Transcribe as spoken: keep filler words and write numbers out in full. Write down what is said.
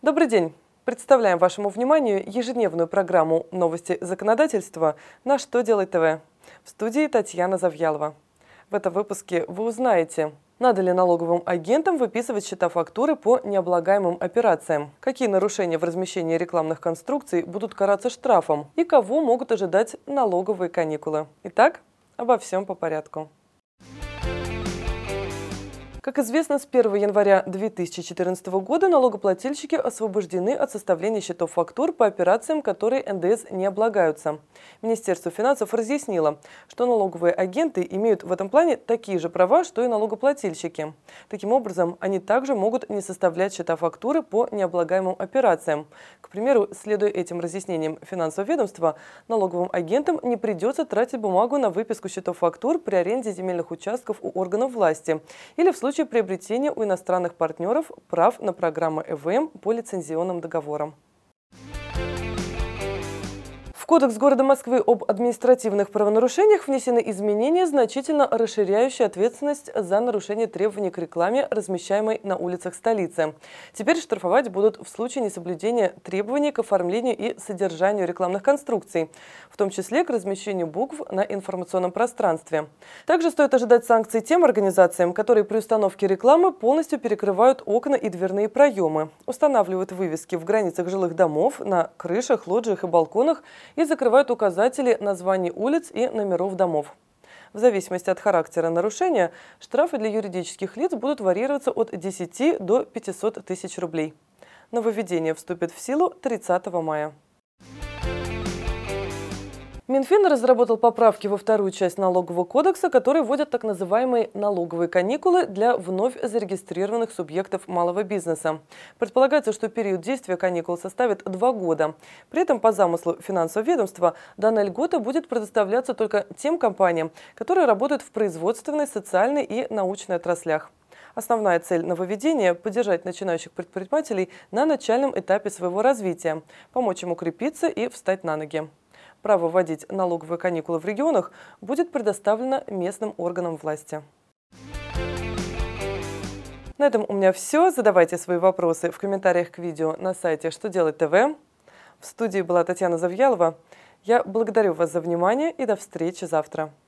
Добрый день! Представляем вашему вниманию ежедневную программу «Новости законодательства» на «Что делать ТВ». В студии Татьяна Завьялова. В этом выпуске вы узнаете, надо ли налоговым агентам выписывать счета-фактуры по необлагаемым операциям, какие нарушения в размещении рекламных конструкций будут караться штрафом и кого могут ожидать налоговые каникулы. Итак, обо всем по порядку. Как известно, с первого января две тысячи четырнадцатого года налогоплательщики освобождены от составления счетов фактур по операциям, которые эн дэ эс не облагаются. Министерство финансов разъяснило, что налоговые агенты имеют в этом плане такие же права, что и налогоплательщики. Таким образом, они также могут не составлять счета фактуры по необлагаемым операциям. К примеру, следуя этим разъяснениям финансового ведомства, налоговым агентам не придется тратить бумагу на выписку счетов фактур при аренде земельных участков у органов власти или в случае приобретения у иностранных партнеров прав на программы э вэ эм по лицензионным договорам. В Кодекс города Москвы об административных правонарушениях внесены изменения, значительно расширяющие ответственность за нарушение требований к рекламе, размещаемой на улицах столицы. Теперь штрафовать будут в случае несоблюдения требований к оформлению и содержанию рекламных конструкций, в том числе к размещению букв на информационном пространстве. Также стоит ожидать санкций тем организациям, которые при установке рекламы полностью перекрывают окна и дверные проемы, устанавливают вывески в границах жилых домов, на крышах, лоджиях и балконах и закрывают указатели названий улиц и номеров домов. В зависимости от характера нарушения, штрафы для юридических лиц будут варьироваться от десяти до пятисот тысяч рублей. Нововведение вступит в силу тридцатого мая. Минфин разработал поправки во вторую часть налогового кодекса, которые вводят так называемые налоговые каникулы для вновь зарегистрированных субъектов малого бизнеса. Предполагается, что период действия каникул составит два года. При этом по замыслу финансового ведомства данная льгота будет предоставляться только тем компаниям, которые работают в производственной, социальной и научной отраслях. Основная цель нововведения – поддержать начинающих предпринимателей на начальном этапе своего развития, помочь им укрепиться и встать на ноги. Право вводить налоговые каникулы в регионах будет предоставлено местным органам власти. На этом у меня все. Задавайте свои вопросы в комментариях к видео на сайте «Что делать ТВ». В студии была Татьяна Завьялова. Я благодарю вас за внимание и до встречи завтра.